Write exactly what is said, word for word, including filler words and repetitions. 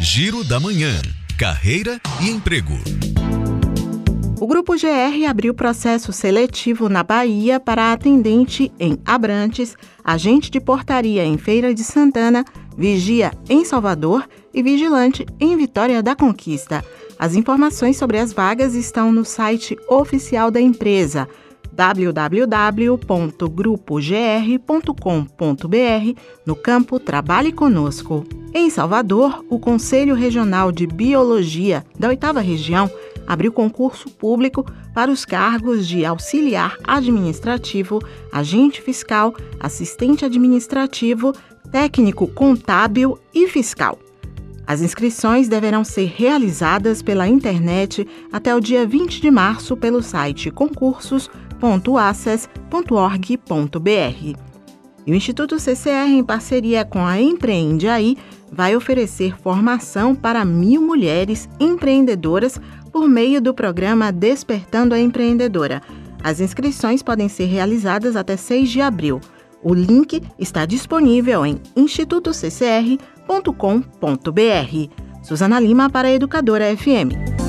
Giro da Manhã. Carreira e emprego. O Grupo G R abriu processo seletivo na Bahia para atendente em Abrantes, agente de portaria em Feira de Santana, vigia em Salvador e vigilante em Vitória da Conquista. As informações sobre as vagas estão no site oficial da empresa, w w w ponto grupo g r ponto com ponto b r, no campo Trabalhe Conosco. Em Salvador, o Conselho Regional de Biologia da oitava Região abriu concurso público para os cargos de auxiliar administrativo, agente fiscal, assistente administrativo, técnico contábil e fiscal. As inscrições deverão ser realizadas pela internet até o dia vinte de março pelo site concursos ponto access ponto org ponto b r. E o Instituto C C R, em parceria com a Empreende Aí, vai oferecer formação para mil mulheres empreendedoras por meio do programa Despertando a Empreendedora. As inscrições podem ser realizadas até seis de abril. O link está disponível em instituto c c r ponto com ponto b r. Suzana Lima para a Educadora F M.